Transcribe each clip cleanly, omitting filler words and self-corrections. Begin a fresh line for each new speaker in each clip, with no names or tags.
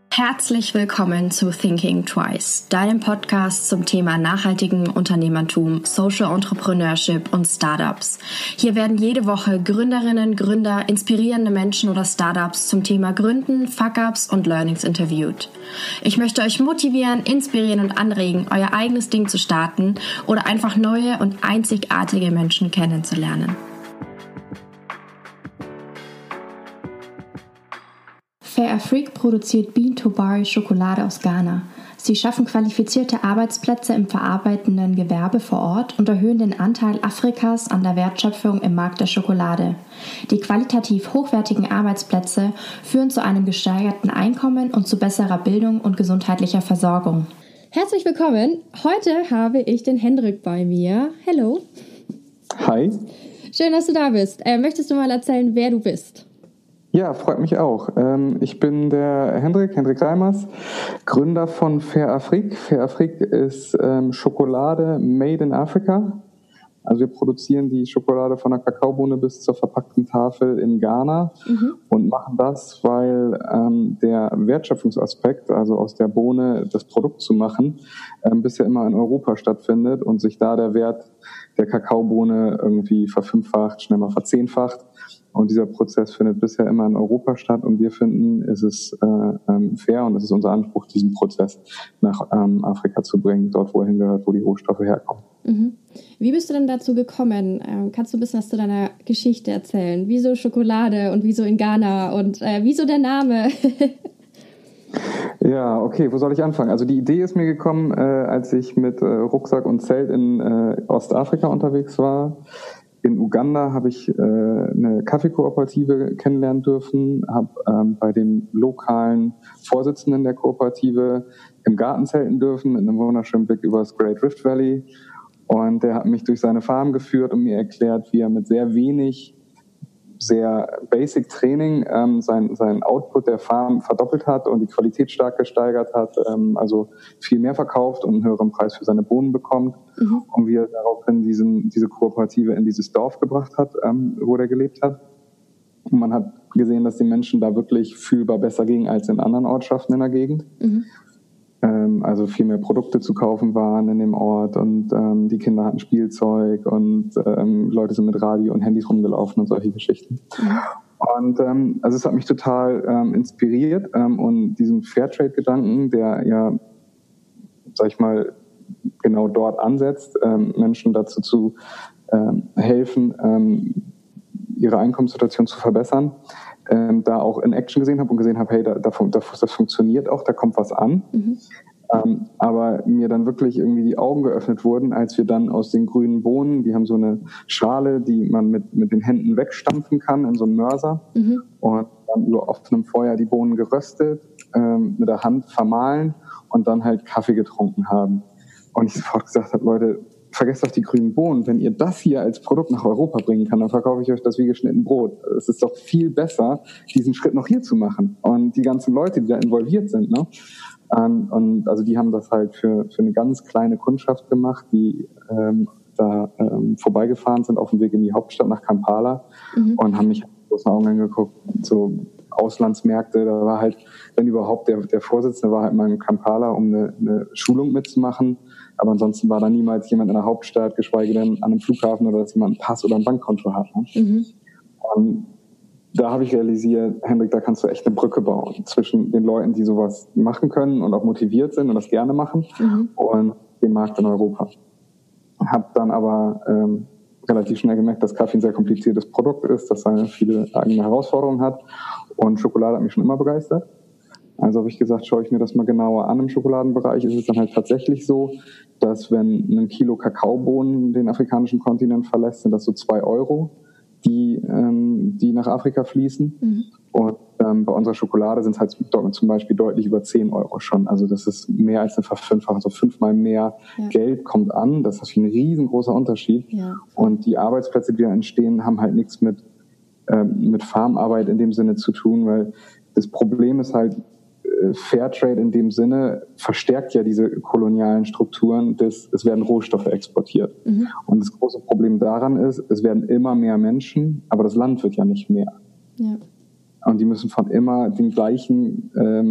Herzlich willkommen zu Thinking Twice, deinem Podcast zum Thema nachhaltigen Unternehmertum, Social Entrepreneurship und Startups. Hier werden jede Woche Gründerinnen, Gründer, inspirierende Menschen oder Startups zum Thema Gründen, Fuck-Ups und Learnings interviewt. Ich möchte euch motivieren, inspirieren und anregen, euer eigenes Ding zu starten oder einfach neue und einzigartige Menschen kennenzulernen. Fair Afrique produziert Bean-to-Bar Schokolade aus Ghana. Sie schaffen qualifizierte Arbeitsplätze im verarbeitenden Gewerbe vor Ort und erhöhen den Anteil Afrikas an der Wertschöpfung im Markt der Schokolade. Die qualitativ hochwertigen Arbeitsplätze führen zu einem gesteigerten Einkommen und zu besserer Bildung und gesundheitlicher Versorgung. Herzlich willkommen. Heute habe ich den Hendrik bei mir. Hello.
Hi.
Schön, dass du da bist. Möchtest du mal erzählen, wer du bist?
Ja, freut mich auch. Ich bin der Hendrik Reimers, Gründer von Fair Afrique. Fair Afrique ist Schokolade made in Africa. Also wir produzieren die Schokolade von der Kakaobohne bis zur verpackten Tafel in Ghana und machen das, weil der Wertschöpfungsaspekt, also aus der Bohne das Produkt zu machen, bisher immer in Europa stattfindet und sich da der Wert der Kakaobohne irgendwie verfünffacht, schnell mal verzehnfacht. Und dieser Prozess findet bisher immer in Europa statt und wir finden, es ist fair und es ist unser Anspruch, diesen Prozess nach Afrika zu bringen, dort wo er hingehört, wo die Rohstoffe herkommen.
Mhm. Wie bist du denn dazu gekommen? Kannst du ein bisschen was zu deiner Geschichte erzählen? Wieso Schokolade und wieso in Ghana und wieso der Name?
Ja, okay, wo soll ich anfangen? Also die Idee ist mir gekommen, als ich mit Rucksack und Zelt in Ostafrika unterwegs war. In Uganda habe ich eine Kaffeekooperative kennenlernen dürfen, habe bei dem lokalen Vorsitzenden der Kooperative im Garten zelten dürfen, mit einem wunderschönen Blick über das Great Rift Valley. Und der hat mich durch seine Farm geführt und mir erklärt, wie er mit sehr wenig, sehr basic Training sein Output der Farm verdoppelt hat und die Qualität stark gesteigert hat, also viel mehr verkauft und einen höheren Preis für seine Bohnen bekommt. Und wie er daraufhin diese Kooperative in dieses Dorf gebracht hat, wo er gelebt hat. Und man hat gesehen, dass die Menschen da wirklich fühlbar besser gingen als in anderen Ortschaften in der Gegend. Also viel mehr Produkte zu kaufen waren in dem Ort und die Kinder hatten Spielzeug und Leute sind mit Radio und Handys rumgelaufen und solche Geschichten. Und also es hat mich total inspiriert und diesen Fairtrade-Gedanken, der ja, sag ich mal, genau dort ansetzt, Menschen dazu zu helfen, ihre Einkommenssituation zu verbessern, da auch in Action gesehen habe und gesehen habe, hey, das funktioniert auch, da kommt was an. Aber mir dann wirklich irgendwie die Augen geöffnet wurden, als wir dann aus den grünen Bohnen, die haben so eine Schale, die man mit den Händen wegstampfen kann in so einem Mörser und dann über offenem Feuer die Bohnen geröstet, mit der Hand vermahlen und dann halt Kaffee getrunken haben. Und ich sofort gesagt habe, Leute, vergesst doch die grünen Bohnen. Wenn ihr das hier als Produkt nach Europa bringen kann, dann verkaufe ich euch das wie geschnitten Brot. Es ist doch viel besser, diesen Schritt noch hier zu machen. Und die ganzen Leute, die da involviert sind, ne? Und also die haben das halt für eine ganz kleine Kundschaft gemacht, die da vorbeigefahren sind auf dem Weg in die Hauptstadt nach Kampala und haben mich mit großen Augen angeguckt, so Auslandsmärkte, da war halt, wenn überhaupt, der Vorsitzende war halt mal in Kampala, um eine Schulung mitzumachen, aber ansonsten war da niemals jemand in der Hauptstadt, geschweige denn an einem Flughafen oder dass jemand einen Pass oder ein Bankkonto hat. Ne? Und da habe ich realisiert, Hendrik, da kannst du echt eine Brücke bauen zwischen den Leuten, die sowas machen können und auch motiviert sind und das gerne machen und dem Markt in Europa. Habe dann aber relativ schnell gemerkt, dass Kaffee ein sehr kompliziertes Produkt ist, dass er viele eigene Herausforderungen hat und Schokolade hat mich schon immer begeistert. Also habe ich gesagt, schaue ich mir das mal genauer an. Im Schokoladenbereich ist es dann halt tatsächlich so, dass wenn ein Kilo Kakaobohnen den afrikanischen Kontinent verlässt, sind das so 2 Euro, die nach Afrika fließen. Und bei unserer Schokolade sind es halt zum Beispiel deutlich über 10 Euro schon. Also das ist mehr als eine Verfünffachung, also 5-mal mehr Geld kommt an. Das ist ein riesengroßer Unterschied. Ja. Und die Arbeitsplätze, die da entstehen, haben halt nichts mit Farmarbeit in dem Sinne zu tun, weil das Problem ist halt, Fairtrade in dem Sinne verstärkt ja diese kolonialen Strukturen, es werden Rohstoffe exportiert. Und das große Problem daran ist, es werden immer mehr Menschen, aber das Land wird ja nicht mehr. Ja. Und die müssen von immer den gleichen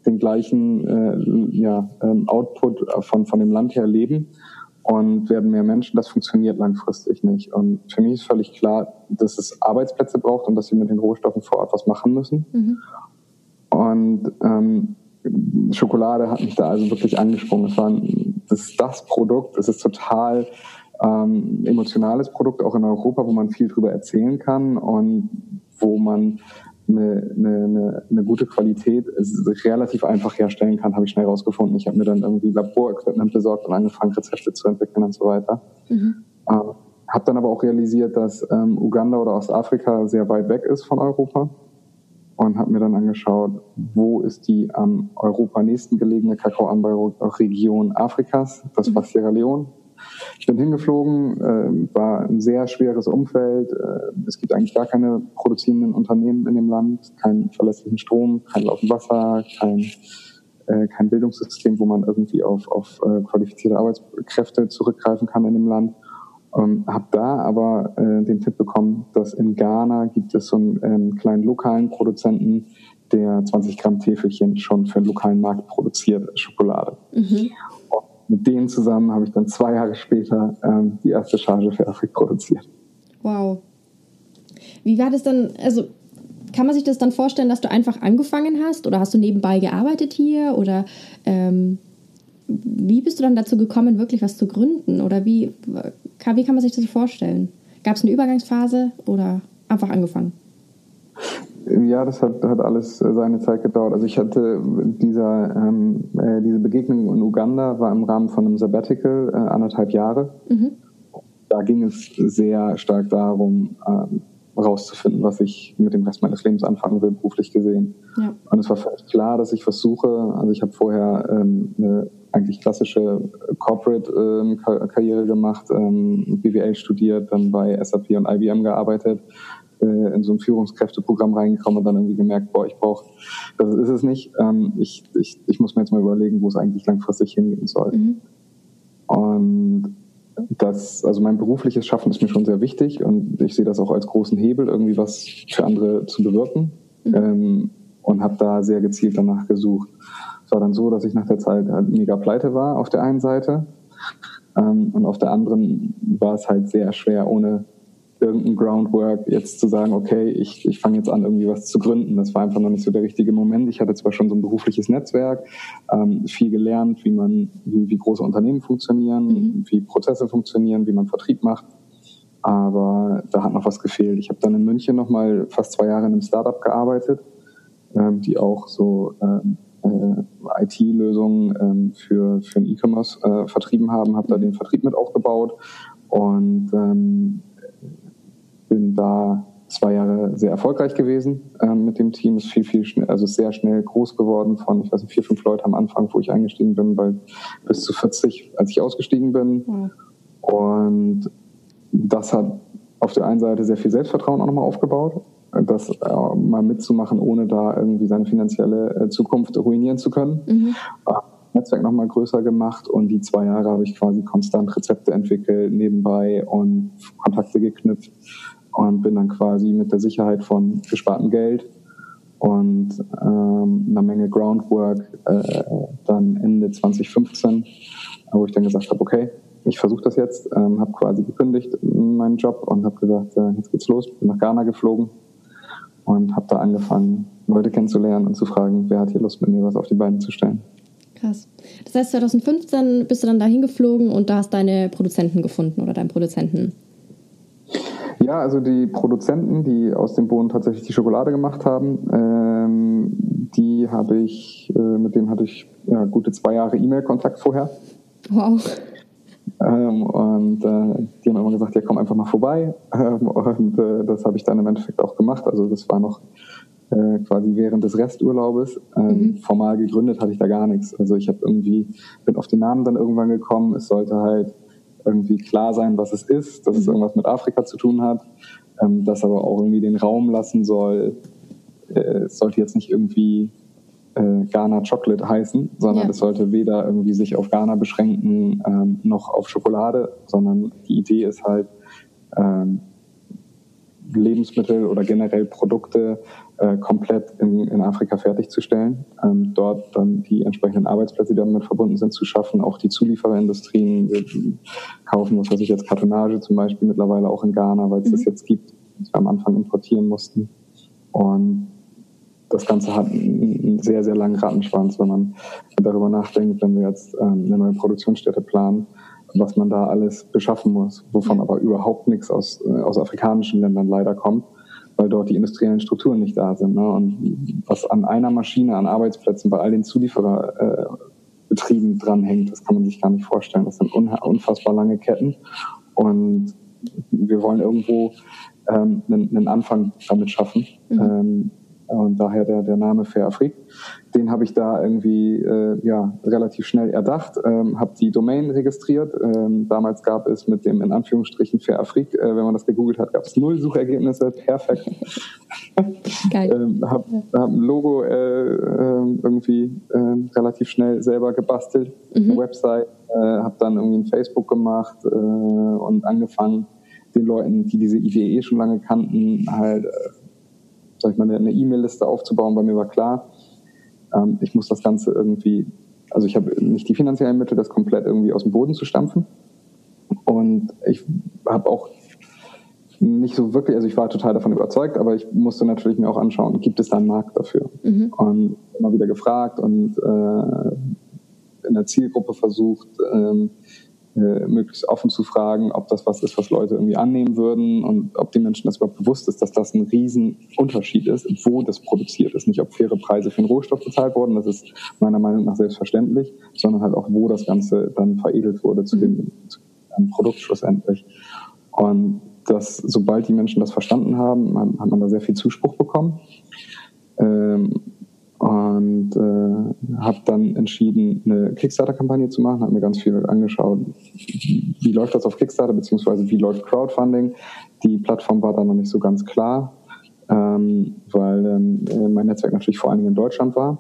den gleichen Output von dem Land her leben und werden mehr Menschen. Das funktioniert langfristig nicht. Und für mich ist völlig klar, dass es Arbeitsplätze braucht und dass wir mit den Rohstoffen vor Ort was machen müssen. Mhm. Und Schokolade hat mich da also wirklich angesprungen. Das ist das Produkt, es ist total emotionales Produkt, auch in Europa, wo man viel drüber erzählen kann und wo man eine gute Qualität relativ einfach herstellen kann, habe ich schnell rausgefunden. Ich habe mir dann irgendwie Laborequipment besorgt und angefangen, Rezepte zu entwickeln und so weiter. Mhm. Habe dann aber auch realisiert, dass Uganda oder Ostafrika sehr weit weg ist von Europa und habe mir dann angeschaut, wo ist die am Europa nächsten gelegene Kakaoanbauregion Afrikas. Das war Sierra Leone. Ich bin hingeflogen, war ein sehr schweres Umfeld. Es gibt eigentlich gar keine produzierenden Unternehmen in dem Land, keinen verlässlichen Strom, kein laufendes Wasser, kein Bildungssystem, wo man irgendwie auf qualifizierte Arbeitskräfte zurückgreifen kann in dem Land. Habe da aber den Tipp bekommen, dass in Ghana gibt es so einen kleinen lokalen Produzenten, der 20 Gramm Täfelchen schon für den lokalen Markt produziert, Schokolade. Mhm. Mit denen zusammen habe ich dann 2 Jahre später die erste Charge für Afrik produziert.
Wow. Wie war das dann, also kann man sich das dann vorstellen, dass du einfach angefangen hast oder hast du nebenbei gearbeitet hier oder wie bist du dann dazu gekommen, wirklich was zu gründen oder wie kann man sich das vorstellen? Gab es eine Übergangsphase oder einfach angefangen?
Ja, das hat alles seine Zeit gedauert. Also ich hatte diese Begegnung in Uganda war im Rahmen von einem Sabbatical 1,5 Jahre. Mhm. Da ging es sehr stark darum, rauszufinden, was ich mit dem Rest meines Lebens anfangen will, beruflich gesehen. Ja. Und es war völlig klar, dass ich was suche. Also ich habe vorher eine eigentlich klassische Corporate-Karriere gemacht, BWL studiert, dann bei SAP und IBM gearbeitet, in so ein Führungskräfteprogramm reingekommen und dann irgendwie gemerkt, das ist es nicht. Ich muss mir jetzt mal überlegen, wo es eigentlich langfristig hingehen soll. Mhm. Und also mein berufliches Schaffen ist mir schon sehr wichtig und ich sehe das auch als großen Hebel, irgendwie was für andere zu bewirken, und habe da sehr gezielt danach gesucht. Es war dann so, dass ich nach der Zeit halt mega pleite war auf der einen Seite, und auf der anderen war es halt sehr schwer, ohne irgendein Groundwork jetzt zu sagen, okay, ich fange jetzt an, irgendwie was zu gründen. Das war einfach noch nicht so der richtige Moment. Ich hatte zwar schon so ein berufliches Netzwerk, viel gelernt, wie große Unternehmen funktionieren, wie Prozesse funktionieren, wie man Vertrieb macht, aber da hat noch was gefehlt. Ich habe dann in München noch mal fast 2 Jahre in einem Startup gearbeitet, die auch so IT-Lösungen für den E-Commerce vertrieben haben, habe da den Vertrieb mit aufgebaut und bin da 2 Jahre sehr erfolgreich gewesen mit dem Team. Ist viel schnell, also sehr schnell groß geworden von, 4, 5 Leute am Anfang, wo ich eingestiegen bin, bis zu 40, als ich ausgestiegen bin. Mhm. Und das hat auf der einen Seite sehr viel Selbstvertrauen auch nochmal aufgebaut, das mal mitzumachen, ohne da irgendwie seine finanzielle Zukunft ruinieren zu können. Mhm. Netzwerk nochmal größer gemacht und die 2 Jahre habe ich quasi konstant Rezepte entwickelt nebenbei und Kontakte geknüpft und bin dann quasi mit der Sicherheit von gespartem Geld und einer Menge Groundwork dann Ende 2015, wo ich dann gesagt habe, okay, ich versuche das jetzt, habe quasi gekündigt meinen Job und habe gesagt, jetzt geht's los, bin nach Ghana geflogen und habe da angefangen, Leute kennenzulernen und zu fragen, wer hat hier Lust, mit mir was auf die Beine zu stellen.
Krass. Das heißt, 2015 bist du dann dahin geflogen und da hast deine Produzenten gefunden oder deinen Produzenten?
Ja, also die Produzenten, die aus dem Bohnen tatsächlich die Schokolade gemacht haben, mit denen hatte ich gute 2 Jahre E-Mail-Kontakt vorher.
Wow.
Und die haben immer gesagt, ja, komm einfach mal vorbei. Das habe ich dann im Endeffekt auch gemacht. Also das war noch quasi während des Resturlaubes. Formal gegründet hatte ich da gar nichts. Also ich bin auf den Namen dann irgendwann gekommen. Es sollte halt irgendwie klar sein, was es ist, dass es irgendwas mit Afrika zu tun hat, das aber auch irgendwie den Raum lassen soll. Es sollte jetzt nicht irgendwie Ghana Chocolate heißen, sondern es sollte weder irgendwie sich auf Ghana beschränken, noch auf Schokolade, sondern die Idee ist halt, Lebensmittel oder generell Produkte komplett in Afrika fertigzustellen, dort dann die entsprechenden Arbeitsplätze, die damit verbunden sind, zu schaffen, auch die Zuliefererindustrien. Wir kaufen, was weiß ich jetzt, Kartonage zum Beispiel mittlerweile auch in Ghana, weil es das jetzt gibt, was wir am Anfang importieren mussten. Und das Ganze hat einen sehr, sehr langen Rattenschwanz, wenn man darüber nachdenkt, wenn wir jetzt eine neue Produktionsstätte planen, was man da alles beschaffen muss, wovon aber überhaupt nichts aus afrikanischen Ländern leider kommt, weil dort die industriellen Strukturen nicht da sind. Ne? Und was an einer Maschine, an Arbeitsplätzen bei all den Zuliefererbetrieben dranhängt, das kann man sich gar nicht vorstellen. Das sind unfassbar lange Ketten und wir wollen irgendwo einen Anfang damit schaffen. Und daher der Name Fair Afrique. Den habe ich da irgendwie relativ schnell erdacht, habe die Domain registriert. Damals gab es mit dem in Anführungsstrichen Fair Afrique, wenn man das gegoogelt hat, gab es 0 Suchergebnisse, perfekt.
Geil.
Habe ein Logo irgendwie relativ schnell selber gebastelt, eine Website, habe dann irgendwie ein Facebook gemacht und angefangen, den Leuten, die diese Idee schon lange kannten, halt eine E-Mail-Liste aufzubauen. Bei mir war klar, ich muss das Ganze irgendwie, also ich habe nicht die finanziellen Mittel, das komplett irgendwie aus dem Boden zu stampfen. Und ich habe auch nicht so wirklich, also ich war total davon überzeugt, aber ich musste natürlich mir auch anschauen, gibt es da einen Markt dafür? Und immer wieder gefragt und in der Zielgruppe versucht, möglichst offen zu fragen, ob das was ist, was Leute irgendwie annehmen würden und ob die Menschen das überhaupt bewusst ist, dass das ein Riesenunterschied ist, wo das produziert ist. Nicht, ob faire Preise für den Rohstoff bezahlt wurden, das ist meiner Meinung nach selbstverständlich, sondern halt auch, wo das Ganze dann veredelt wurde zu dem Produkt schlussendlich. Und sobald die Menschen das verstanden haben, hat man da sehr viel Zuspruch bekommen. Und habe dann entschieden, eine Kickstarter-Kampagne zu machen, habe mir ganz viel angeschaut, wie läuft das auf Kickstarter, beziehungsweise wie läuft Crowdfunding. Die Plattform war da noch nicht so ganz klar, weil mein Netzwerk natürlich vor allen Dingen in Deutschland war.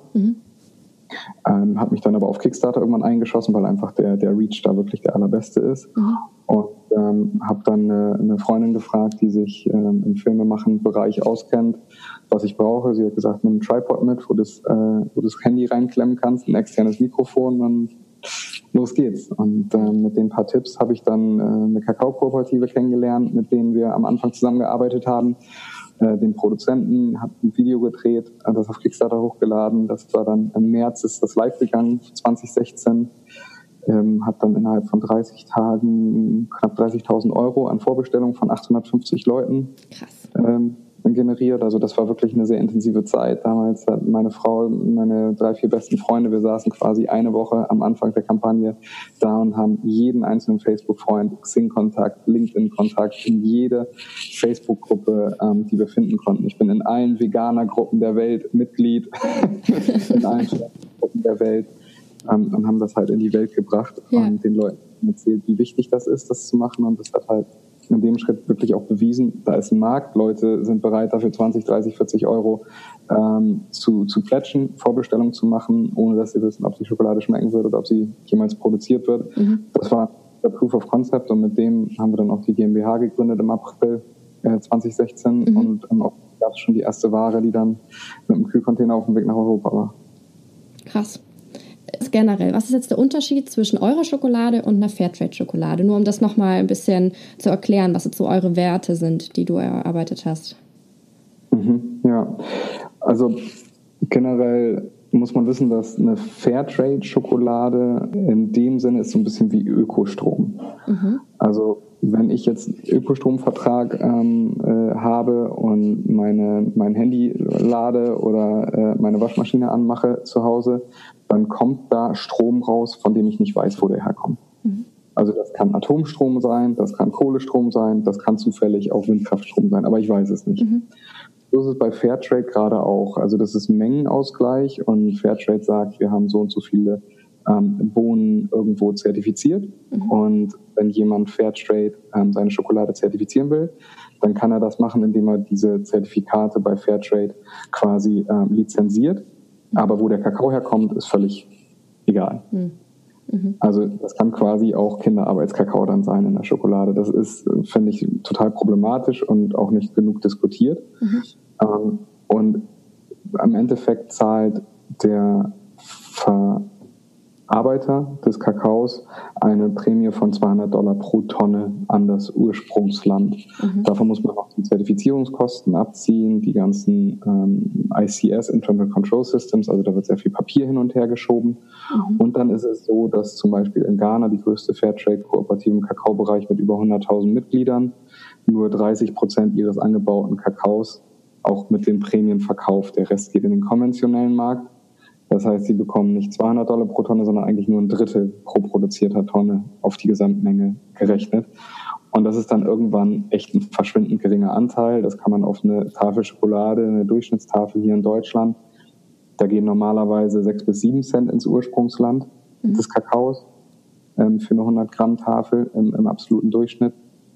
Habe mich dann aber auf Kickstarter irgendwann eingeschossen, weil einfach der Reach da wirklich der allerbeste ist. Und habe dann eine Freundin gefragt, die sich im Filmemachen-Bereich auskennt, was ich brauche. Sie hat gesagt, nimm einen Tripod mit, wo du das Handy reinklemmen kannst, ein externes Mikrofon und los geht's. Und mit den paar Tipps habe ich dann eine Kakao-Kooperative kennengelernt, mit denen wir am Anfang zusammengearbeitet haben. Den Produzenten, habe ein Video gedreht, das auf Kickstarter hochgeladen. Das war dann im März, ist das live gegangen, 2016. Hat dann innerhalb von 30 Tagen knapp 30.000 Euro an Vorbestellungen von 850 Leuten generiert. Also das war wirklich eine sehr intensive Zeit. Damals hat meine Frau, meine 3, 4 besten Freunde, wir saßen quasi eine Woche am Anfang der Kampagne da und haben jeden einzelnen Facebook-Freund, Xing-Kontakt, LinkedIn-Kontakt, in jede Facebook-Gruppe, die wir finden konnten. Ich bin in allen Veganer-Gruppen der Welt Mitglied, in allen Gruppen der Welt. Und haben das halt in die Welt gebracht und den Leuten erzählt, wie wichtig das ist, das zu machen. Und das hat halt in dem Schritt wirklich auch bewiesen, da ist ein Markt, Leute sind bereit, dafür 20, 30, 40 Euro zu plätschen, Vorbestellungen zu machen, ohne dass sie wissen, ob die Schokolade schmecken wird oder ob sie jemals produziert wird. Das war der Proof of Concept und mit dem haben wir dann auch die GmbH gegründet im April 2016 und auch gab es schon die erste Ware, die dann mit einem Kühlcontainer auf dem Weg nach Europa war.
Krass. Generell, was ist jetzt der Unterschied zwischen eurer Schokolade und einer Fairtrade-Schokolade? Nur um das nochmal ein bisschen zu erklären, was jetzt so eure Werte sind, die du erarbeitet hast.
Ja, also generell muss man wissen, dass eine Fairtrade-Schokolade in dem Sinne ist so ein bisschen wie Ökostrom. Also wenn ich jetzt einen Ökostromvertrag habe und mein Handy lade oder meine Waschmaschine anmache zu Hause, dann kommt da Strom raus, von dem ich nicht weiß, wo der herkommt. Also das kann Atomstrom sein, das kann Kohlestrom sein, das kann zufällig auch Windkraftstrom sein, aber ich weiß es nicht. So ist es bei Fairtrade gerade auch. Also das ist Mengenausgleich und Fairtrade sagt, wir haben so und so viele Bohnen irgendwo zertifiziert. Und wenn jemand Fairtrade seine Schokolade zertifizieren will, dann kann er das machen, indem er diese Zertifikate bei Fairtrade quasi lizenziert. Aber wo der Kakao herkommt, ist völlig egal. Also das kann quasi auch Kinderarbeitskakao dann sein in der Schokolade. Das ist, finde ich, total problematisch und auch nicht genug diskutiert. Und am Endeffekt zahlt der Verarbeiter des Kakaos eine Prämie von $200 pro Tonne an das Ursprungsland. Davon muss man auch die Zertifizierungskosten abziehen, die ganzen ICS, Internal Control Systems, also da wird sehr viel Papier hin und her geschoben. Und dann ist es so, dass zum Beispiel in Ghana, die größte Fairtrade-Kooperative im Kakaobereich mit über 100.000 Mitgliedern, nur 30% ihres angebauten Kakaos auch mit den Prämien verkauft. Der Rest geht in den konventionellen Markt. Das heißt, sie bekommen nicht $200 pro Tonne, sondern eigentlich nur ein Drittel pro produzierter Tonne auf die Gesamtmenge gerechnet. Und das ist dann irgendwann echt ein verschwindend geringer Anteil. Das kann man auf eine Tafel Schokolade, eine Durchschnittstafel hier in Deutschland, da gehen normalerweise 6 bis 7 Cent ins Ursprungsland des Kakaos für eine 100 Gramm Tafel im absoluten Durchschnitt.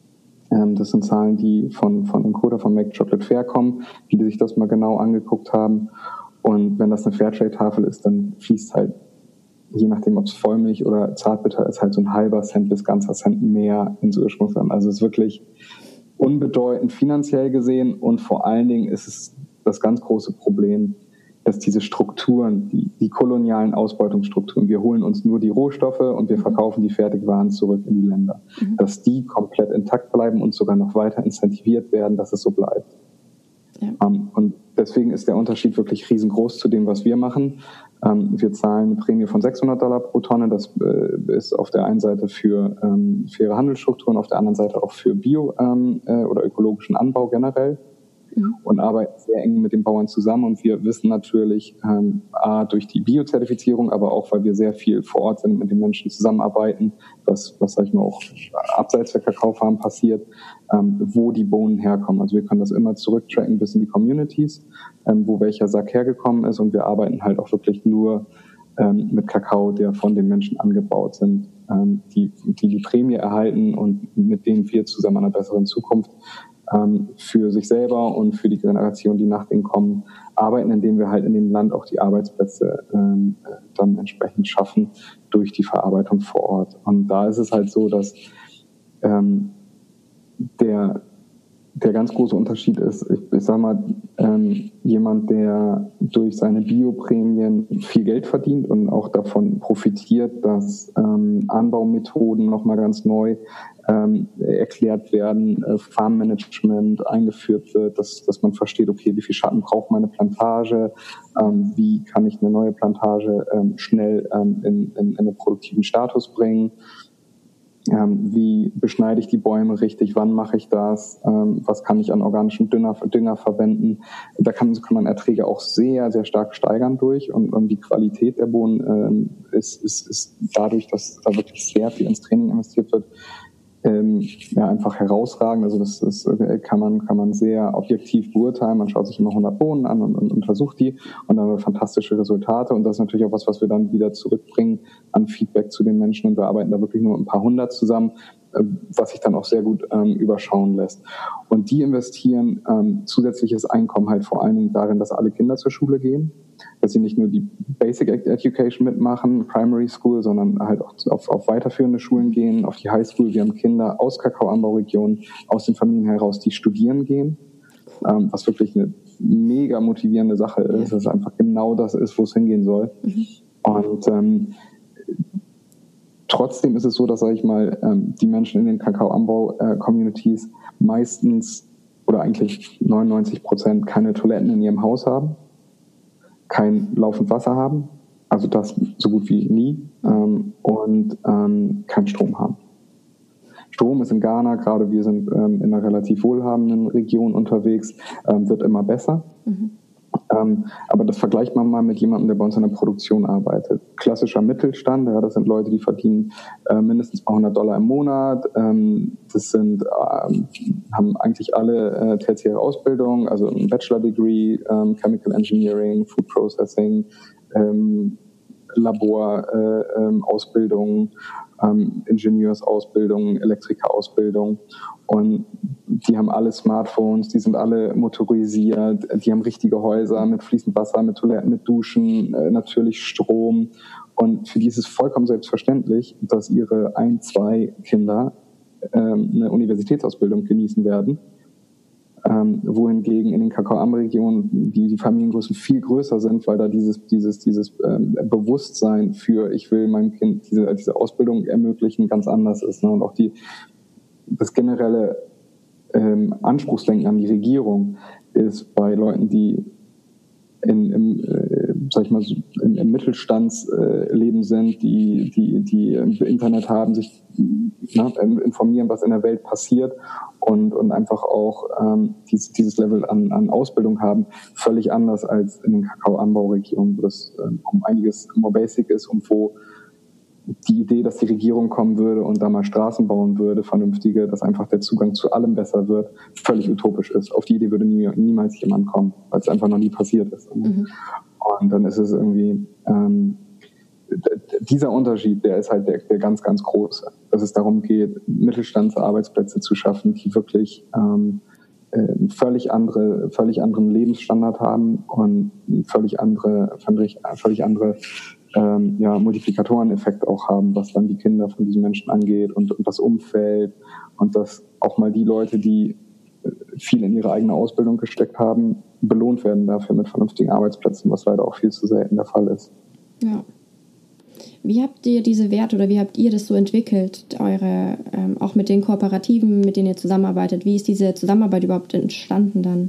Das sind Zahlen, die von Encoder, von Make Chocolate Fair kommen, die sich das mal genau angeguckt haben. Und wenn das eine Fairtrade-Tafel ist, dann fließt halt, je nachdem, ob es Vollmilch oder Zartbitter ist, halt so ein halber Cent bis ganzer Cent mehr ins Ursprungsland. Also es ist wirklich unbedeutend finanziell gesehen und vor allen Dingen ist es das ganz große Problem, dass diese Strukturen, die kolonialen Ausbeutungsstrukturen, wir holen uns nur die Rohstoffe und wir verkaufen die Fertigwaren zurück in die Länder, dass die komplett intakt bleiben und sogar noch weiter incentiviert werden, dass es so bleibt. Ja. Und deswegen ist der Unterschied wirklich riesengroß zu dem, was wir machen. Wir zahlen eine Prämie von $600 pro Tonne. Das ist auf der einen Seite für faire Handelsstrukturen, auf der anderen Seite auch für Bio- oder ökologischen Anbau generell. Und arbeiten sehr eng mit den Bauern zusammen. Und wir wissen natürlich, durch die Biozertifizierung, aber auch, weil wir sehr viel vor Ort sind, mit den Menschen zusammenarbeiten, was sag ich mal, auch abseits der Kakaofarm passiert, wo die Bohnen herkommen. Also wir können das immer zurücktracken bis in die Communities, wo welcher Sack hergekommen ist. Und wir arbeiten halt auch wirklich nur mit Kakao, der von den Menschen angebaut sind, die Prämie erhalten und mit denen wir zusammen an einer besseren Zukunft für sich selber und für die Generation, die nach denen kommen, arbeiten, indem wir halt in dem Land auch die Arbeitsplätze dann entsprechend schaffen durch die Verarbeitung vor Ort. Und da ist es halt so, dass der ganz große Unterschied ist, ich sag mal, jemand, der durch seine Bioprämien viel Geld verdient und auch davon profitiert, dass Anbaumethoden nochmal ganz neu erklärt werden, Farmmanagement eingeführt wird, dass man versteht, okay, wie viel Schatten braucht meine Plantage, wie kann ich eine neue Plantage schnell in einen produktiven Status bringen, wie beschneide ich die Bäume richtig, wann mache ich das, was kann ich an organischem Dünger verwenden. Da kann man Erträge auch sehr, sehr stark steigern durch und die Qualität der Bohnen ist dadurch, dass da wirklich sehr viel ins Training investiert wird, einfach herausragend. Also das kann man sehr objektiv beurteilen. Man schaut sich immer 100 Bohnen an und untersucht die und dann haben wir fantastische Resultate. Und das ist natürlich auch was wir dann wieder zurückbringen an Feedback zu den Menschen. Und wir arbeiten da wirklich nur mit ein paar 100 zusammen, was sich dann auch sehr gut überschauen lässt. Und die investieren zusätzliches Einkommen halt vor allen Dingen darin, dass alle Kinder zur Schule gehen, dass sie nicht nur die Basic Education mitmachen, Primary School, sondern halt auch auf weiterführende Schulen gehen, auf die High School. Wir haben Kinder aus Kakaoanbauregionen, aus den Familien heraus, die studieren gehen, was wirklich eine mega motivierende Sache ist, dass es einfach genau das ist, wo es hingehen soll. Und trotzdem ist es so, dass, sage ich mal, die Menschen in den Kakaoanbau-Communities meistens oder eigentlich 99% keine Toiletten in ihrem Haus haben, kein laufend Wasser haben, also das so gut wie nie, und keinen Strom haben. Strom ist in Ghana, gerade wir sind in einer relativ wohlhabenden Region unterwegs, wird immer besser. Aber das vergleicht man mal mit jemandem, der bei uns in der Produktion arbeitet. Klassischer Mittelstand, ja, das sind Leute, die verdienen mindestens $100 im Monat. Das sind, haben eigentlich alle tertiäre Ausbildung, also ein Bachelor-Degree, Chemical Engineering, Food Processing, Laborausbildung, Ingenieursausbildung, Elektrikerausbildung. Und die haben alle Smartphones, die sind alle motorisiert, die haben richtige Häuser mit fließend Wasser, mit Toiletten, mit Duschen, natürlich Strom. Und für die ist es vollkommen selbstverständlich, dass ihre 1, 2 Kinder eine Universitätsausbildung genießen werden. Wohingegen in den Kakao-Anbau-Regionen die Familiengrößen viel größer sind, weil da dieses Bewusstsein für, ich will meinem Kind diese Ausbildung ermöglichen, ganz anders ist. Ne? Und auch das generelle Anspruchsdenken an die Regierung ist bei Leuten, die im Mittelstandsleben sind, die Internet haben, sich informieren, was in der Welt passiert und einfach auch dieses Level an Ausbildung haben, völlig anders als in den Kakaoanbauregionen, wo das um einiges more basic ist und wo die Idee, dass die Regierung kommen würde und da mal Straßen bauen würde, vernünftige, dass einfach der Zugang zu allem besser wird, völlig utopisch ist. Auf die Idee würde niemals jemand kommen, weil es einfach noch nie passiert ist. Mhm. Und dann ist es irgendwie, dieser Unterschied, der ist halt der ganz, ganz große. Dass es darum geht, Mittelstandsarbeitsplätze zu schaffen, die wirklich einen völlig anderen Lebensstandard haben und völlig andere Multiplikatoreneffekt auch haben, was dann die Kinder von diesen Menschen angeht und das Umfeld und dass auch mal die Leute, die viel in ihre eigene Ausbildung gesteckt haben, belohnt werden dafür mit vernünftigen Arbeitsplätzen, was leider auch viel zu selten der Fall ist.
Ja. Wie habt ihr diese Werte oder wie habt ihr das so entwickelt, auch mit den Kooperativen, mit denen ihr zusammenarbeitet? Wie ist diese Zusammenarbeit überhaupt entstanden dann?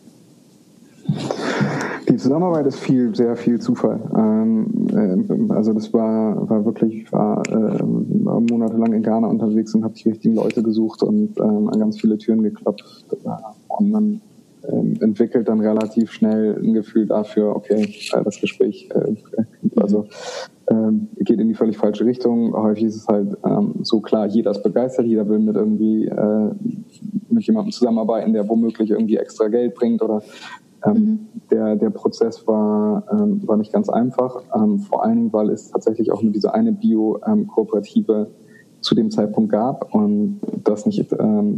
Die Zusammenarbeit ist sehr viel Zufall. Also das war monatelang in Ghana unterwegs und habe die richtigen Leute gesucht und an ganz viele Türen geklopft. Und man entwickelt dann relativ schnell ein Gefühl dafür, okay, das Gespräch geht in die völlig falsche Richtung. Häufig ist es halt so klar, jeder ist begeistert, jeder will mit jemandem zusammenarbeiten, der womöglich irgendwie extra Geld bringt oder der Prozess war nicht ganz einfach, vor allen Dingen, weil es tatsächlich auch nur diese eine Bio-Kooperative zu dem Zeitpunkt gab und das nicht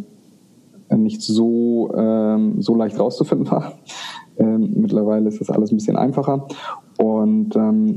so leicht rauszufinden war. Mittlerweile ist das alles ein bisschen einfacher und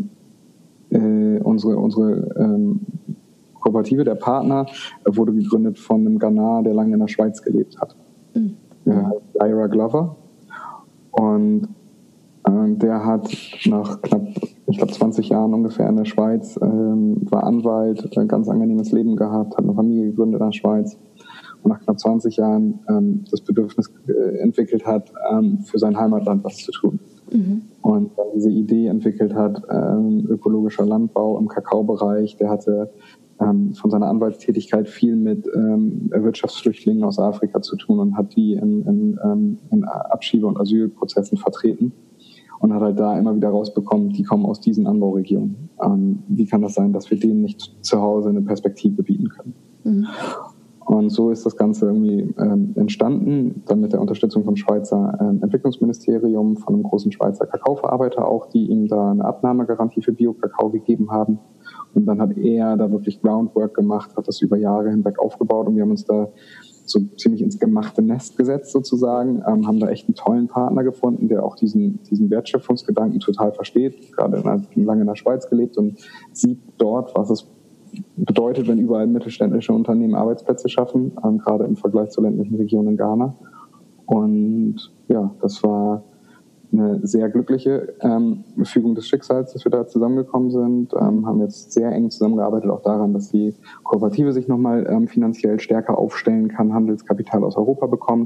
unsere Kooperative, der Partner, wurde gegründet von einem Ghanaer, der lange in der Schweiz gelebt hat. Ira Glover. Und der hat nach knapp, 20 Jahren ungefähr in der Schweiz, war Anwalt, ein ganz angenehmes Leben gehabt, hat eine Familie gegründet in der Schweiz und nach knapp 20 Jahren das Bedürfnis entwickelt hat, für sein Heimatland was zu tun. Mhm. Und dann diese Idee entwickelt hat, ökologischer Landbau im Kakaobereich. Der hatte von seiner Anwaltstätigkeit viel mit Wirtschaftsflüchtlingen aus Afrika zu tun und hat die in Abschiebe- und Asylprozessen vertreten und hat halt da immer wieder rausbekommen, die kommen aus diesen Anbauregionen. Wie kann das sein, dass wir denen nicht zu Hause eine Perspektive bieten können? Mhm. Und so ist das Ganze irgendwie entstanden, dann mit der Unterstützung vom Schweizer Entwicklungsministerium, von einem großen Schweizer Kakaoverarbeiter auch, die ihm da eine Abnahmegarantie für Bio-Kakao gegeben haben. Und dann hat er da wirklich Groundwork gemacht, hat das über Jahre hinweg aufgebaut und wir haben uns da so ziemlich ins gemachte Nest gesetzt sozusagen, haben da echt einen tollen Partner gefunden, der auch diesen Wertschöpfungsgedanken total versteht, gerade lange in der Schweiz gelebt und sieht dort, was es bedeutet, wenn überall mittelständische Unternehmen Arbeitsplätze schaffen, gerade im Vergleich zur ländlichen Region in Ghana. Und ja, das war eine sehr glückliche Fügung des Schicksals, dass wir da zusammengekommen sind, haben jetzt sehr eng zusammengearbeitet, auch daran, dass die Kooperative sich nochmal finanziell stärker aufstellen kann, Handelskapital aus Europa bekommt.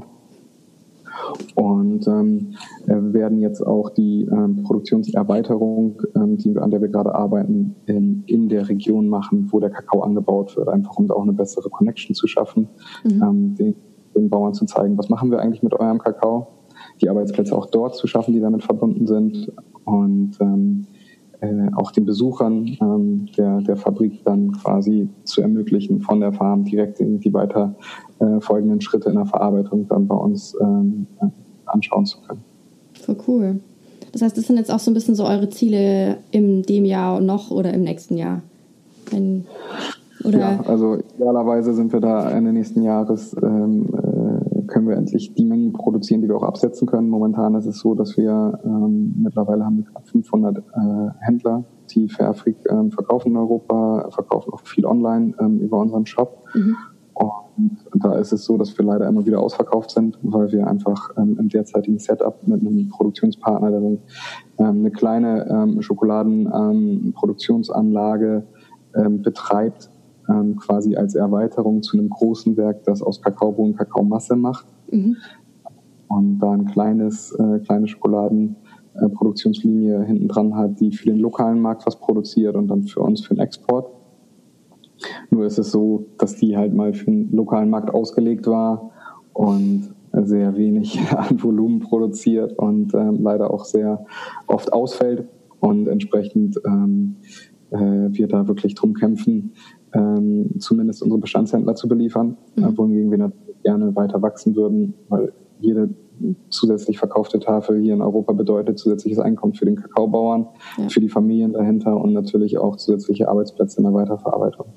Und werden jetzt auch die Produktionserweiterung, an der wir gerade arbeiten, in der Region machen, wo der Kakao angebaut wird, einfach um da auch eine bessere Connection zu schaffen, den Bauern zu zeigen, was machen wir eigentlich mit eurem Kakao, die Arbeitsplätze auch dort zu schaffen, die damit verbunden sind und auch den Besuchern der Fabrik dann quasi zu ermöglichen, von der Farm direkt in die weiter folgenden Schritte in der Verarbeitung dann bei uns anschauen zu können.
Voll cool. Das heißt, das sind jetzt auch so ein bisschen so eure Ziele in dem Jahr noch oder im nächsten Jahr? Ja,
also idealerweise sind wir da Ende nächsten Jahres, können können wir endlich die Mengen produzieren, die wir auch absetzen können. Momentan ist es so, dass wir mittlerweile haben wir knapp 500 Händler, die Fairfreak verkaufen in Europa, verkaufen auch viel online über unseren Shop. Und da ist es so, dass wir leider immer wieder ausverkauft sind, weil wir einfach im derzeitigen Setup mit einem Produktionspartner, der eine kleine Schokoladenproduktionsanlage betreibt, quasi als Erweiterung zu einem großen Werk, das aus Kakaobohnen Kakaomasse macht. Und da eine kleine Schokoladenproduktionslinie hinten dran hat, die für den lokalen Markt was produziert und dann für uns für den Export. Nur ist es so, dass die halt mal für den lokalen Markt ausgelegt war und sehr wenig an Volumen produziert und leider auch sehr oft ausfällt und entsprechend wir da wirklich drum kämpfen, zumindest unsere Bestandshändler zu beliefern, wohingegen wir natürlich gerne weiter wachsen würden, weil jede zusätzlich verkaufte Tafel hier in Europa bedeutet zusätzliches Einkommen für den Kakaobauern, für die Familien dahinter und natürlich auch zusätzliche Arbeitsplätze in der Weiterverarbeitung.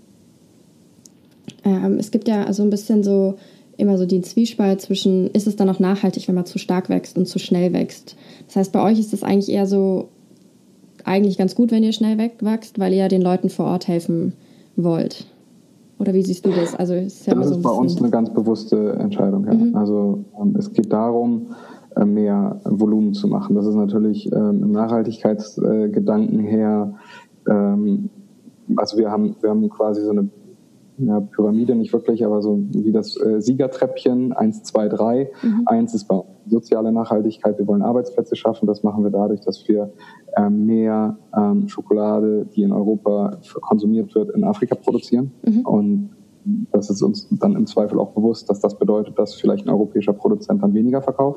Es gibt ja also ein bisschen so immer so den Zwiespalt zwischen, ist es dann auch nachhaltig, wenn man zu stark wächst und zu schnell wächst. Das heißt, bei euch ist es eigentlich eher so, eigentlich ganz gut, wenn ihr schnell wächst, weil ihr ja den Leuten vor Ort helfen wollt. Oder wie siehst du das? Also ist ja
das
so
ist bei uns eine ganz bewusste Entscheidung. Ja. Also es geht darum, mehr Volumen zu machen. Das ist natürlich im Nachhaltigkeitsgedanken her, also wir haben quasi so eine Pyramide, nicht wirklich, aber so wie das Siegertreppchen, 1, 2, 3. 1 ist bei uns soziale Nachhaltigkeit, wir wollen Arbeitsplätze schaffen, das machen wir dadurch, dass wir mehr Schokolade, die in Europa konsumiert wird, in Afrika produzieren. Und das ist uns dann im Zweifel auch bewusst, dass das bedeutet, dass vielleicht ein europäischer Produzent dann weniger verkauft.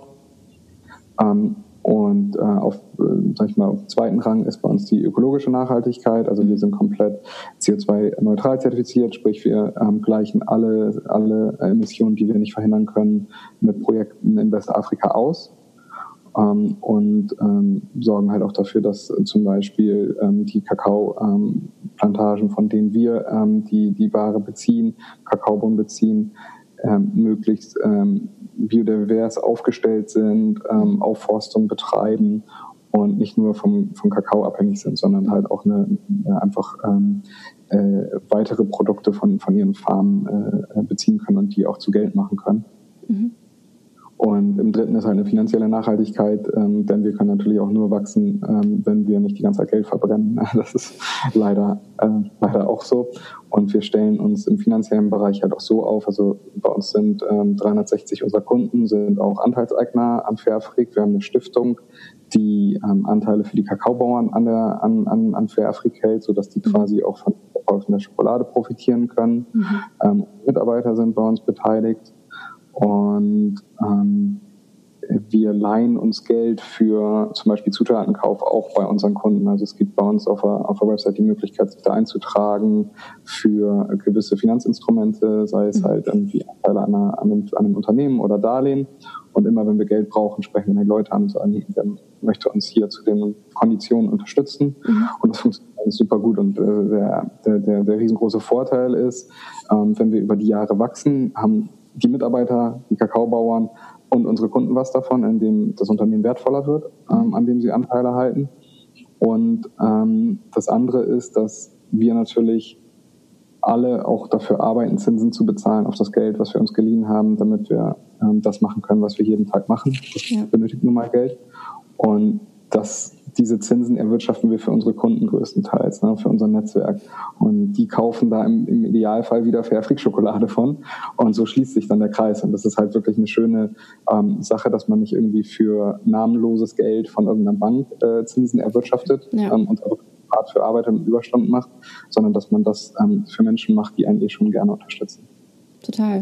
Und auf dem zweiten Rang ist bei uns die ökologische Nachhaltigkeit. Also wir sind komplett CO2-neutral zertifiziert, sprich wir gleichen alle Emissionen, die wir nicht verhindern können, mit Projekten in Westafrika aus. Und sorgen halt auch dafür, dass zum Beispiel die Kakaoplantagen, von denen wir die Ware beziehen, Kakaobohnen beziehen, möglichst biodivers aufgestellt sind, Aufforstung betreiben und nicht nur vom Kakao abhängig sind, sondern halt auch weitere Produkte von ihren Farmen beziehen können und die auch zu Geld machen können. Und im dritten ist halt eine finanzielle Nachhaltigkeit, denn wir können natürlich auch nur wachsen, wenn wir nicht die ganze Zeit Geld verbrennen. Das ist leider auch so. Und wir stellen uns im finanziellen Bereich halt auch so auf, also bei uns sind 360 unserer Kunden, sind auch Anteilseigner an Fairfreak. Wir haben eine Stiftung, die Anteile für die Kakaobauern an Fairfreak hält, sodass die quasi auch von der Schokolade profitieren können. Mitarbeiter sind bei uns beteiligt. Und wir leihen uns Geld für zum Beispiel Zutatenkauf auch bei unseren Kunden. Also es gibt bei uns auf der Website die Möglichkeit, sich da einzutragen für gewisse Finanzinstrumente, sei es halt irgendwie Anteile an einem Unternehmen oder Darlehen. Und immer wenn wir Geld brauchen, sprechen wir die Leute an und sagen, wer möchte uns hier zu den Konditionen unterstützen. Und das funktioniert super gut. Und der riesengroße Vorteil ist, wenn wir über die Jahre wachsen, haben die Mitarbeiter, die Kakaobauern und unsere Kunden was davon, indem das Unternehmen wertvoller wird, an dem sie Anteile halten. Und das andere ist, dass wir natürlich alle auch dafür arbeiten, Zinsen zu bezahlen auf das Geld, was wir uns geliehen haben, damit wir das machen können, was wir jeden Tag machen. Das benötigt nun mal Geld. Und diese Zinsen erwirtschaften wir für unsere Kunden größtenteils, für unser Netzwerk. Und die kaufen da im Idealfall wieder Fairfreak-Schokolade von. Und so schließt sich dann der Kreis. Und das ist halt wirklich eine schöne Sache, dass man nicht irgendwie für namenloses Geld von irgendeiner Bank Zinsen erwirtschaftet und hart für Arbeit und Überstunden macht, sondern dass man das für Menschen macht, die einen schon gerne unterstützen.
Total.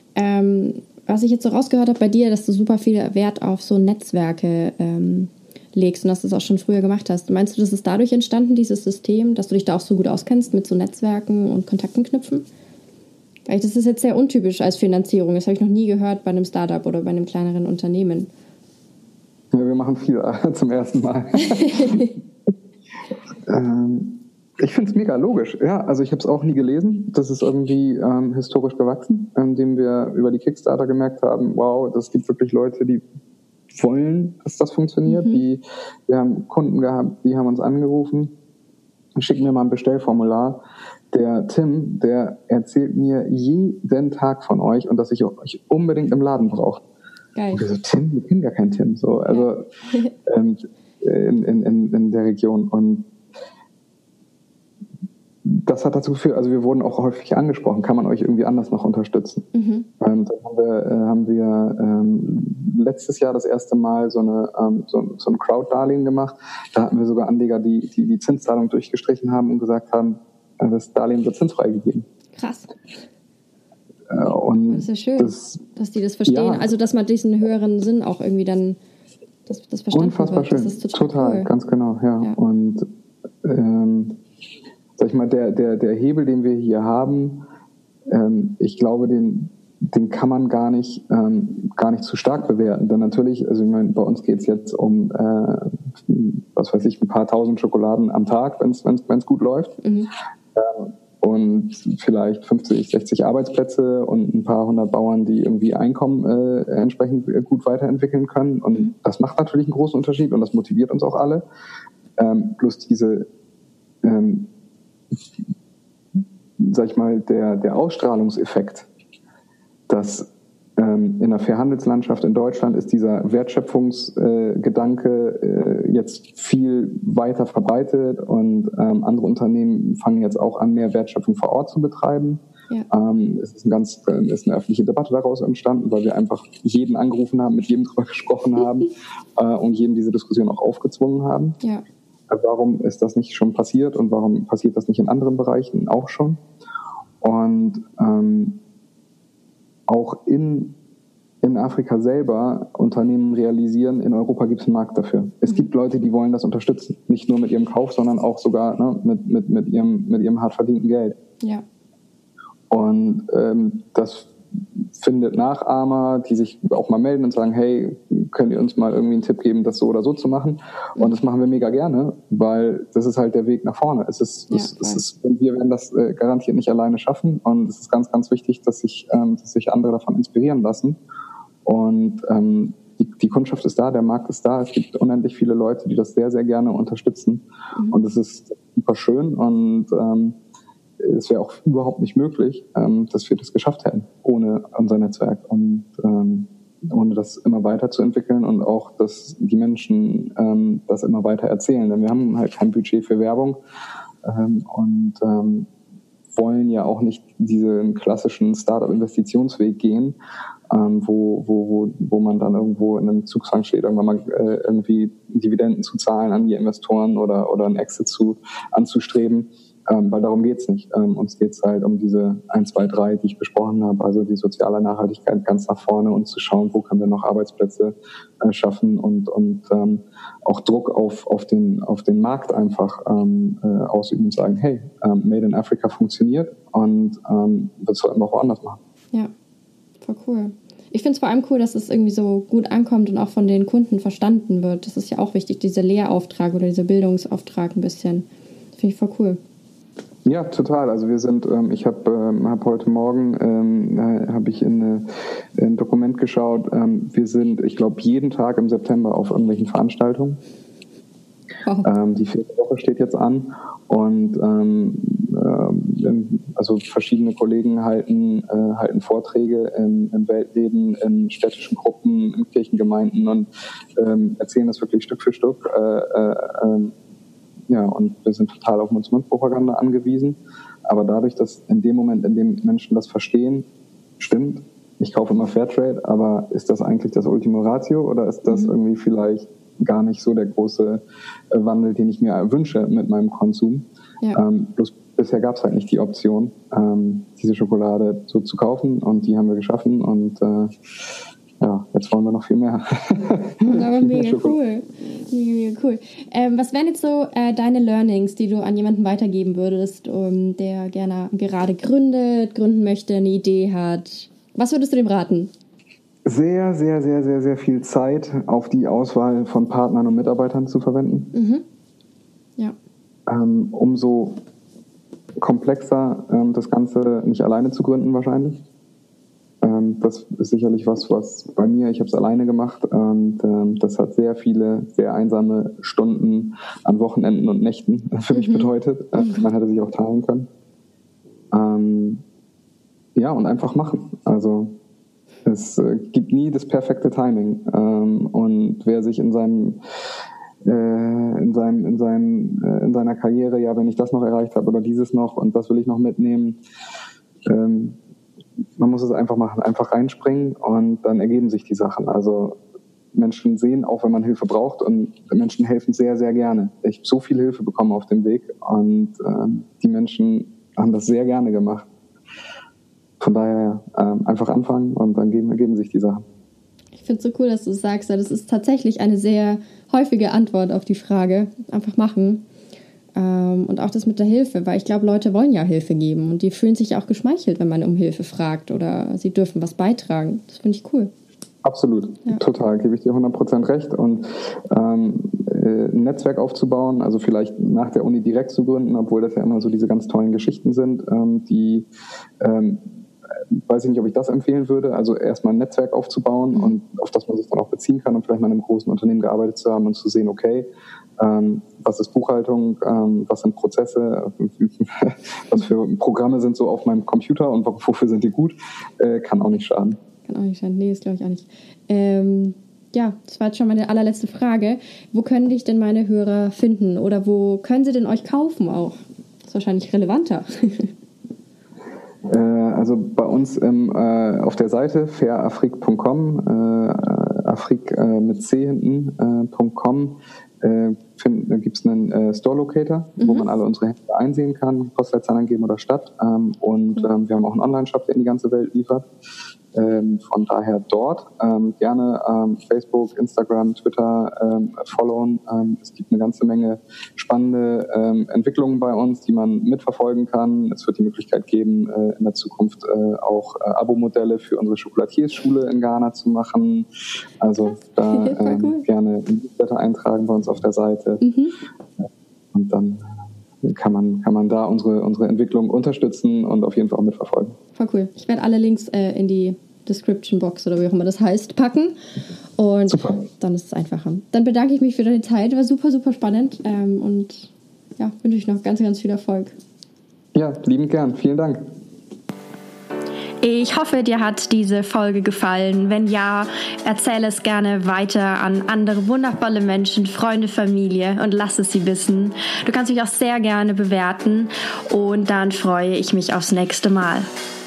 Was ich jetzt so rausgehört habe bei dir, dass du super viel Wert auf so Netzwerke legst und dass du das auch schon früher gemacht hast. Meinst du, das ist dadurch entstanden, dieses System, dass du dich da auch so gut auskennst mit so Netzwerken und Kontakten knüpfen? Weil das ist jetzt sehr untypisch als Finanzierung. Das habe ich noch nie gehört bei einem Startup oder bei einem kleineren Unternehmen.
Ja, wir machen viel zum ersten Mal. Ich finde es mega logisch. Ja, also ich habe es auch nie gelesen. Das ist irgendwie historisch gewachsen, indem wir über die Kickstarter gemerkt haben, wow, das gibt wirklich Leute, die wollen, dass das funktioniert. Wir haben Kunden gehabt, die haben uns angerufen, schicken mir mal ein Bestellformular. Der Tim, der erzählt mir jeden Tag von euch und dass ich euch unbedingt im Laden brauche.
Geil.
Und wir so, Tim, wir kennen gar keinen Tim. So, also in der Region. Und das hat dazu geführt, also wir wurden auch häufig angesprochen, kann man euch irgendwie anders noch unterstützen? Dann haben wir letztes Jahr das erste Mal so ein Crowd-Darlehen gemacht. Da hatten wir sogar Anleger, die Zinszahlung durchgestrichen haben und gesagt haben, das Darlehen wird zinsfrei gegeben.
Krass.
Und
das ist ja schön, dass die das verstehen. Ja. Also, dass man diesen höheren Sinn auch irgendwie dann das verstanden
unfassbar
wird.
Schön.
Das ist total cool.
Ganz genau, ja. Und sag ich mal, der Hebel, den wir hier haben, ich glaube, den kann man gar nicht zu stark bewerten. Denn natürlich, also ich meine, bei uns geht es jetzt um was weiß ich, ein paar tausend Schokoladen am Tag, wenn es gut läuft. Und vielleicht 50, 60 Arbeitsplätze und ein paar hundert Bauern, die irgendwie Einkommen entsprechend gut weiterentwickeln können. Und das macht natürlich einen großen Unterschied und das motiviert uns auch alle. Plus diese sag ich mal, der Ausstrahlungseffekt, dass in der Fairhandelslandschaft in Deutschland ist dieser Wertschöpfungsgedanke jetzt viel weiter verbreitet und andere Unternehmen fangen jetzt auch an, mehr Wertschöpfung vor Ort zu betreiben. Ja. Es ist eine öffentliche Debatte daraus entstanden, weil wir einfach jeden angerufen haben, mit jedem drüber gesprochen haben und jedem diese Diskussion auch aufgezwungen haben. Ja. Warum ist das nicht schon passiert und warum passiert das nicht in anderen Bereichen auch schon? Und auch in Afrika selber Unternehmen realisieren, in Europa gibt es einen Markt dafür. Es gibt Leute, die wollen das unterstützen. Nicht nur mit ihrem Kauf, sondern auch sogar mit ihrem hart verdienten Geld. Ja. Und das findet Nachahmer, die sich auch mal melden und sagen, hey, könnt ihr uns mal irgendwie einen Tipp geben, das so oder so zu machen? Und das machen wir mega gerne, weil das ist halt der Weg nach vorne. Wir werden das garantiert nicht alleine schaffen und es ist ganz, ganz wichtig, dass sich andere davon inspirieren lassen. Und die Kundschaft ist da, der Markt ist da, es gibt unendlich viele Leute, die das sehr, sehr gerne unterstützen. Und es ist super schön und es wäre auch überhaupt nicht möglich, dass wir das geschafft hätten, ohne unser Netzwerk und ohne das immer weiterzuentwickeln und auch, dass die Menschen das immer weiter erzählen. Denn wir haben halt kein Budget für Werbung und wollen ja auch nicht diesen klassischen Startup-Investitionsweg gehen, wo man dann irgendwo in einem Zugzwang steht, irgendwann mal irgendwie Dividenden zu zahlen an die Investoren oder einen Exit anzustreben. Weil darum geht's nicht. Uns geht's halt um diese 1, 2, 3, die ich besprochen habe, also die soziale Nachhaltigkeit ganz nach vorne und zu schauen, wo können wir noch Arbeitsplätze schaffen und auch Druck auf den Markt einfach ausüben und sagen, hey, Made in Africa funktioniert und das sollten wir auch woanders machen.
Ja, voll cool. Ich finde es vor allem cool, dass es irgendwie so gut ankommt und auch von den Kunden verstanden wird. Das ist ja auch wichtig, dieser Lehrauftrag oder dieser Bildungsauftrag ein bisschen. Das finde ich voll cool.
Ja, total. Also wir sind, ich habe heute Morgen habe ich in ein Dokument geschaut. Wir sind, ich glaube, jeden Tag im September auf irgendwelchen Veranstaltungen. Oh. Die 4. Woche steht jetzt an und also verschiedene Kollegen halten Vorträge in Weltläden, in städtischen Gruppen, in Kirchengemeinden und erzählen das wirklich Stück für Stück. Ja, und wir sind total auf Mund-zu-Mund-Propaganda angewiesen. Aber dadurch, dass in dem Moment, in dem Menschen das verstehen, stimmt, ich kaufe immer Fairtrade, aber ist das eigentlich das Ultima Ratio oder ist das irgendwie vielleicht gar nicht so der große Wandel, den ich mir wünsche mit meinem Konsum? Ja. Bloß bisher gab es halt nicht die Option, diese Schokolade so zu kaufen und die haben wir geschaffen und ja, jetzt wollen wir noch viel mehr.
Aber mega cool. Mega cool. Was wären jetzt so deine Learnings, die du an jemanden weitergeben würdest, der gerade gründen möchte, eine Idee hat? Was würdest du dem raten?
Sehr, sehr, sehr, sehr, sehr viel Zeit auf die Auswahl von Partnern und Mitarbeitern zu verwenden.
Ja.
umso komplexer, das Ganze nicht alleine zu gründen wahrscheinlich. Das ist sicherlich was bei mir, ich habe es alleine gemacht und das hat sehr viele, sehr einsame Stunden an Wochenenden und Nächten für mich bedeutet. Man hätte sich auch teilen können. Ja, und einfach machen. Also es gibt nie das perfekte Timing. Und wer sich in seiner Karriere, ja, wenn ich das noch erreicht habe oder dieses noch und das will ich noch mitnehmen, man muss es einfach machen, einfach reinspringen und dann ergeben sich die Sachen. Also Menschen sehen auch, wenn man Hilfe braucht und Menschen helfen sehr, sehr gerne. Ich habe so viel Hilfe bekommen auf dem Weg und die Menschen haben das sehr gerne gemacht. Von daher einfach anfangen und dann ergeben sich die Sachen.
Ich finde es so cool, dass du es sagst. Das ist tatsächlich eine sehr häufige Antwort auf die Frage. Einfach machen. Und auch das mit der Hilfe, weil ich glaube, Leute wollen ja Hilfe geben und die fühlen sich auch geschmeichelt, wenn man um Hilfe fragt oder sie dürfen was beitragen. Das finde ich cool.
Absolut, ja. Total, gebe ich dir 100% recht. Und ein Netzwerk aufzubauen, also vielleicht nach der Uni direkt zu gründen, obwohl das ja immer so diese ganz tollen Geschichten sind, die weiß ich nicht, ob ich das empfehlen würde, also erstmal ein Netzwerk aufzubauen und auf das man sich dann auch beziehen kann und vielleicht mal in einem großen Unternehmen gearbeitet zu haben und zu sehen, okay, was ist Buchhaltung, was sind Prozesse, was für Programme sind so auf meinem Computer und wofür sind die gut, kann auch nicht schaden.
Kann auch nicht schaden, nee, das glaube ich auch nicht. Ja, das war jetzt schon meine allerletzte Frage. Wo können dich denn meine Hörer finden oder wo können sie denn euch kaufen auch? Das ist wahrscheinlich relevanter.
Also bei uns auf der Seite fairafrique.com, Afrique mit C hinten.com, gibt es einen Store-Locator, wo man alle unsere Händler einsehen kann, Postleitzahl angeben oder Stadt. Und wir haben auch einen Online-Shop, der in die ganze Welt liefert. Von daher dort gerne Facebook, Instagram, Twitter followen. Es gibt eine ganze Menge spannende Entwicklungen bei uns, die man mitverfolgen kann. Es wird die Möglichkeit geben, in der Zukunft auch Abo-Modelle für unsere Chocolatiersschule in Ghana zu machen. Also da cool. Gerne ein Newsletter eintragen bei uns auf der Seite. Und dann kann man da unsere Entwicklung unterstützen und auf jeden Fall auch mitverfolgen.
Voll cool. Ich werde alle Links in die Description Box oder wie auch immer das heißt, packen. Und super. Dann ist es einfacher. Dann bedanke ich mich für deine Zeit. War super, super spannend. Und ja, wünsche ich noch ganz, ganz viel Erfolg.
Ja, liebend gern. Vielen Dank.
Ich hoffe, dir hat diese Folge gefallen. Wenn ja, erzähle es gerne weiter an andere wundervolle Menschen, Freunde, Familie und lass es sie wissen. Du kannst mich auch sehr gerne bewerten und dann freue ich mich aufs nächste Mal.